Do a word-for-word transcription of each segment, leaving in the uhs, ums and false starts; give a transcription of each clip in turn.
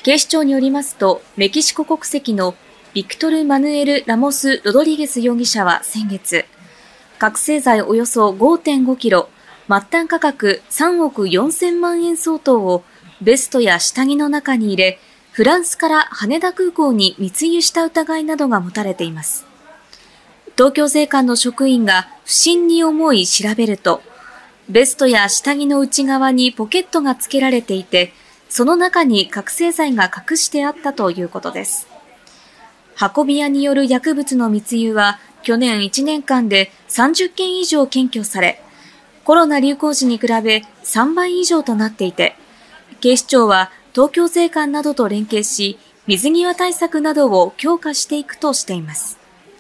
警視庁によりますと、メキシコ国籍のビクトル・マヌエル・ラモス・ロドリゲス容疑者は先月、覚醒剤およそ ごてんごキロ、末端価格さんおくよんせんまんえん相当をベストや下着の中に入れ、フランスから羽田空港に密輸した疑いなどが持たれています。東京税関の職員が不審に思い調べると、ベストや下着の内側にポケットが付けられていて、その中に覚醒剤が隠してあったということです。運び屋による薬物の密輸は去年いちねんかんでさんじゅっけん以上検挙され、コロナ流行時に比べさんばい以上となっていて、警視庁は東京税関などと連携し、水際対策などを強化していくとしています。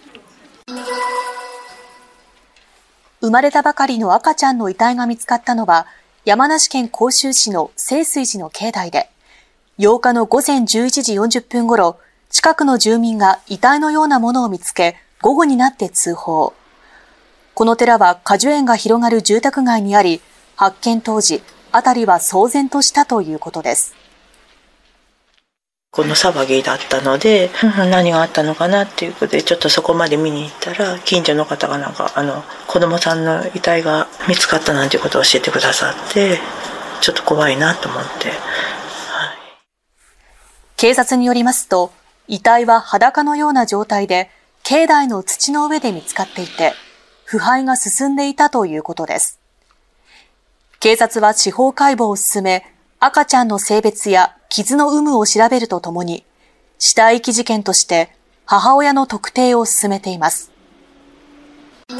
生まれたばかりの赤ちゃんの遺体が見つかったのは、山梨県甲州市の清水寺の境内で、ようかのごぜんじゅういちじよんじゅっぷん頃、近くの住民が遺体のようなものを見つけ、午後になって通報。この寺は果樹園が広がる住宅街にあり、発見当時、辺りは騒然としたということです。 この騒ぎだったので、何があったのかなっていうことで、ちょっとそこまで見に行ったら、近所の方がなんか、あの、子供さんの遺体が見つかったなんていうことを教えてくださって、ちょっと怖いなと思って。はい、 警察によりますと、遺体は裸のような状態で、境内の土の上で見つかっていて、腐敗が進んでいたということです。警察は司法解剖を進め、赤ちゃんの性別や傷の有無を調べるとともに、死体遺棄事件として母親の特定を進めています。 フ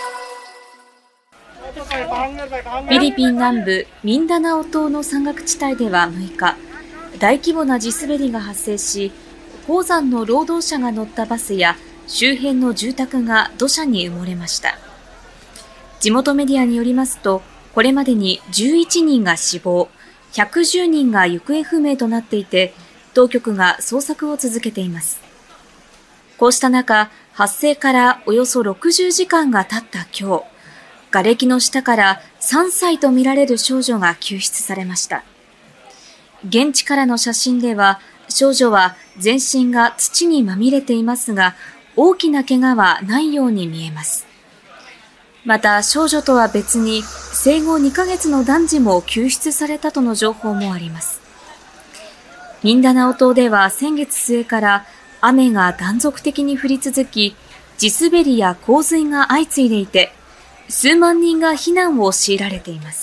ィリピン南部ミンダナオ島の山岳地帯ではむいか、大規模な地滑りが発生し、鉱山の労働者が乗ったバスや周辺の住宅が土砂に埋もれました。地元メディアによりますと、これまでにじゅういちにんが死亡、ひゃくじゅうにんが行方不明となっていて、当局が捜索を続けています。こうした中、発生からおよそろくじゅうじかんが経った今日、瓦礫の下からさんさいとみられる少女が救出されました。現地からの写真では、少女は全身が土にまみれていますが、大きな怪我はないように見えます。また、少女とは別に生後にかげつの男児も救出されたとの情報もあります。ミンダナオ島では先月末から雨が断続的に降り続き、地滑りや洪水が相次いでいて、数万人が避難を強いられています。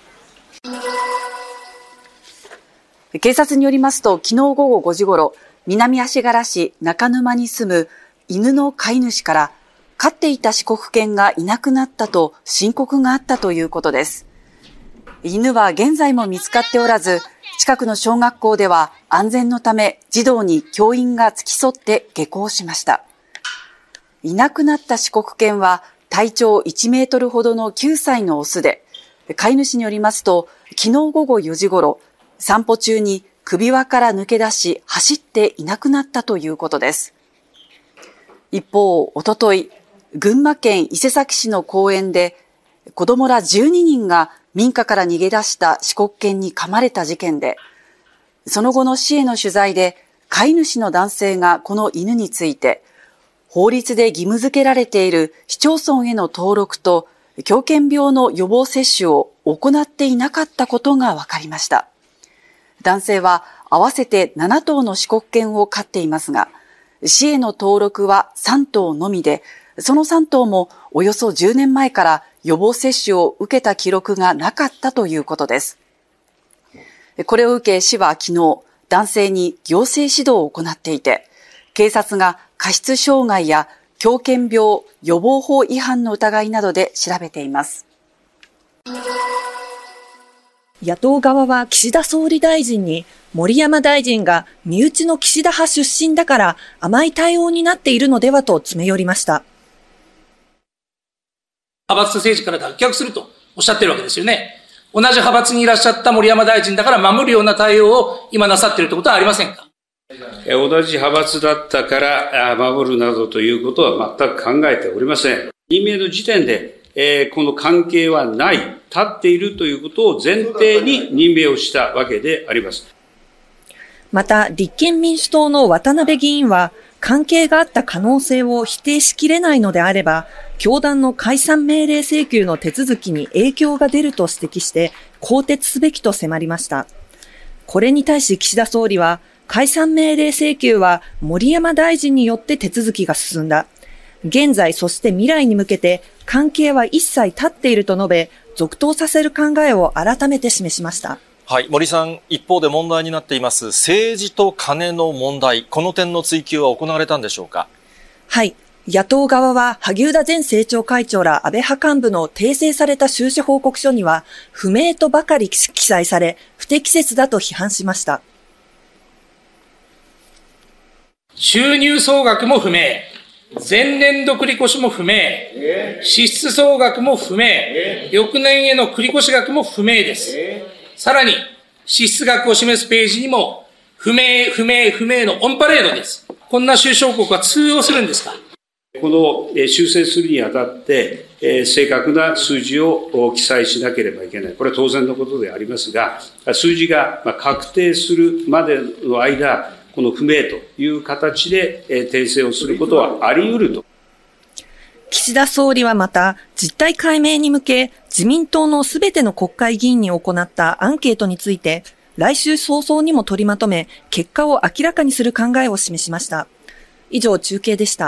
警察によりますと、昨日午後ごじ頃、南足柄市中沼に住む犬の飼い主から、飼っていた四国犬がいなくなったと申告があったということです。犬は現在も見つかっておらず、近くの小学校では安全のため児童に教員が付き添って下校しました。いなくなった四国犬は体長いちメートルほどのきゅうさいのオスで、飼い主によりますと、昨日午後よじ頃、散歩中に首輪から抜け出し走っていなくなったということです。一方、おととい、群馬県伊勢崎市の公園で子供らじゅうににんが民家から逃げ出した四国犬に噛まれた事件で、その後の市への取材で飼い主の男性がこの犬について、法律で義務付けられている市町村への登録と狂犬病の予防接種を行っていなかったことが分かりました。男性は合わせてななとうの四国犬を飼っていますが、市への登録はさんとうのみで、そのさんとうもおよそじゅうねんまえから予防接種を受けた記録がなかったということです。これを受け市は昨日、男性に行政指導を行っていて、警察が過失傷害や狂犬病予防法違反の疑いなどで調べています。 野党側は岸田総理大臣に、森山大臣が身内の岸田派出身だから甘い対応になっているのではと詰め寄りました。 派閥政治から脱却するとおっしゃってるわけですよね。同じ派閥にいらっしゃった森山大臣だから守るような対応を今なさっているということはありませんか？ 同じ派閥だったから守るなどということは全く考えておりません。任命の時点で、えー、この関係はない、立っているということを前提に任命をしたわけであります。 また、立憲民主党の渡辺議員は、関係があった可能性を否定しきれないのであれば、教団の解散命令請求の手続きに影響が出ると指摘して、更迭すべきと迫りました。これに対し岸田総理は、解散命令請求は森山大臣によって手続きが進んだ。現在、そして未来に向けて関係は一切断っていると述べ、続投させる考えを改めて示しました。 はい、森さん、一方で問題になっています政治と金の問題、この点の追及は行われたんでしょうか。 はい。野党側は萩生田前政調会長ら安倍派幹部の訂正された収支報告書には不明とばかり記載され不適切だと批判しました。 収入総額も不明、前年度繰越も不明、支出総額も不明、翌年への繰越額も不明です。さらに、支出額を示すページにも、不明、不明、不明のオンパレードです。こんな収支報告は通用するんですか？ この修正するにあたって、正確な数字を記載しなければいけない。これは当然のことでありますが、数字が確定するまでの間、この不明という形で訂正をすることはあり得ると。 岸田総理はまた、実態解明に向け、自民党のすべての国会議員に行ったアンケートについて、来週早々にも取りまとめ、結果を明らかにする考えを示しました。以上、中継でした。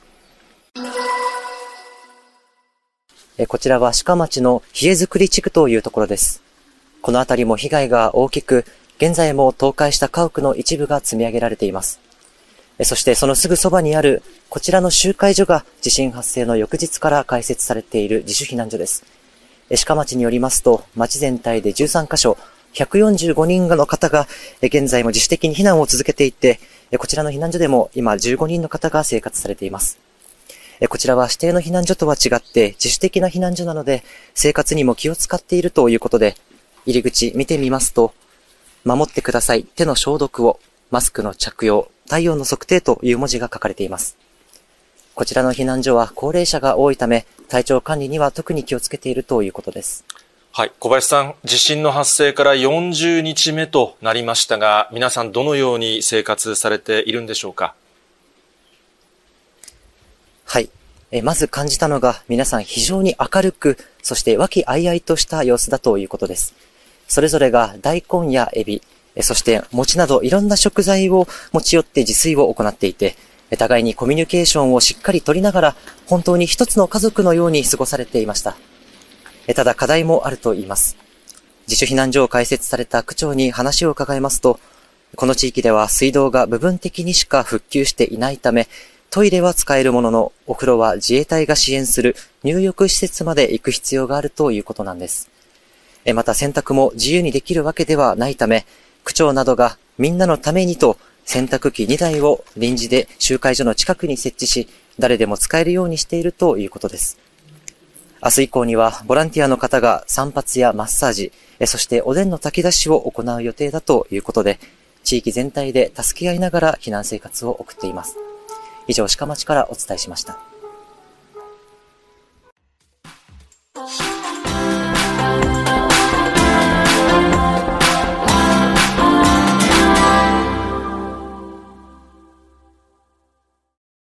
こちらは鹿町の冷え作り地区というところです。この辺りも被害が大きく、現在も倒壊した家屋の一部が積み上げられています。そしてそのすぐそばにあるこちらの集会所が地震発生の翌日から開設されている自主避難所です。鹿町によりますと、町全体でじゅうさんカ所、ひゃくよんじゅうごにんの方が現在も自主的に避難を続けていて、こちらの避難所でも今じゅうごにんの方が生活されています。こちらは指定の避難所とは違って自主的な避難所なので、生活にも気を使っているということで、入り口見てみますと、守ってください、手の消毒を、マスクの着用、体温の測定という文字が書かれています。こちらの避難所は高齢者が多いため、体調管理には特に気をつけているということです。 はい、小林さん、地震の発生からよんじゅうにちめとなりましたが、皆さんどのように生活されているんでしょうか。 はい。えまず感じたのが、皆さん非常に明るく、そして和気あいあいとした様子だということです。それぞれが大根やエビ、そして餅などいろんな食材を持ち寄って自炊を行っていて、互いにコミュニケーションをしっかり取りながら、本当に一つの家族のように過ごされていました。ただ課題もあると言います。自主避難所を開設された区長に話を伺いますと、この地域では水道が部分的にしか復旧していないため、トイレは使えるものの、お風呂は自衛隊が支援する入浴施設まで行く必要があるということなんです。また洗濯も自由にできるわけではないため、区長などがみんなのためにと洗濯機にだいを臨時で集会所の近くに設置し、誰でも使えるようにしているということです。明日以降にはボランティアの方が散髪やマッサージ、そしておでんの炊き出しを行う予定だということで、地域全体で助け合いながら避難生活を送っています。以上、鹿町からお伝えしました。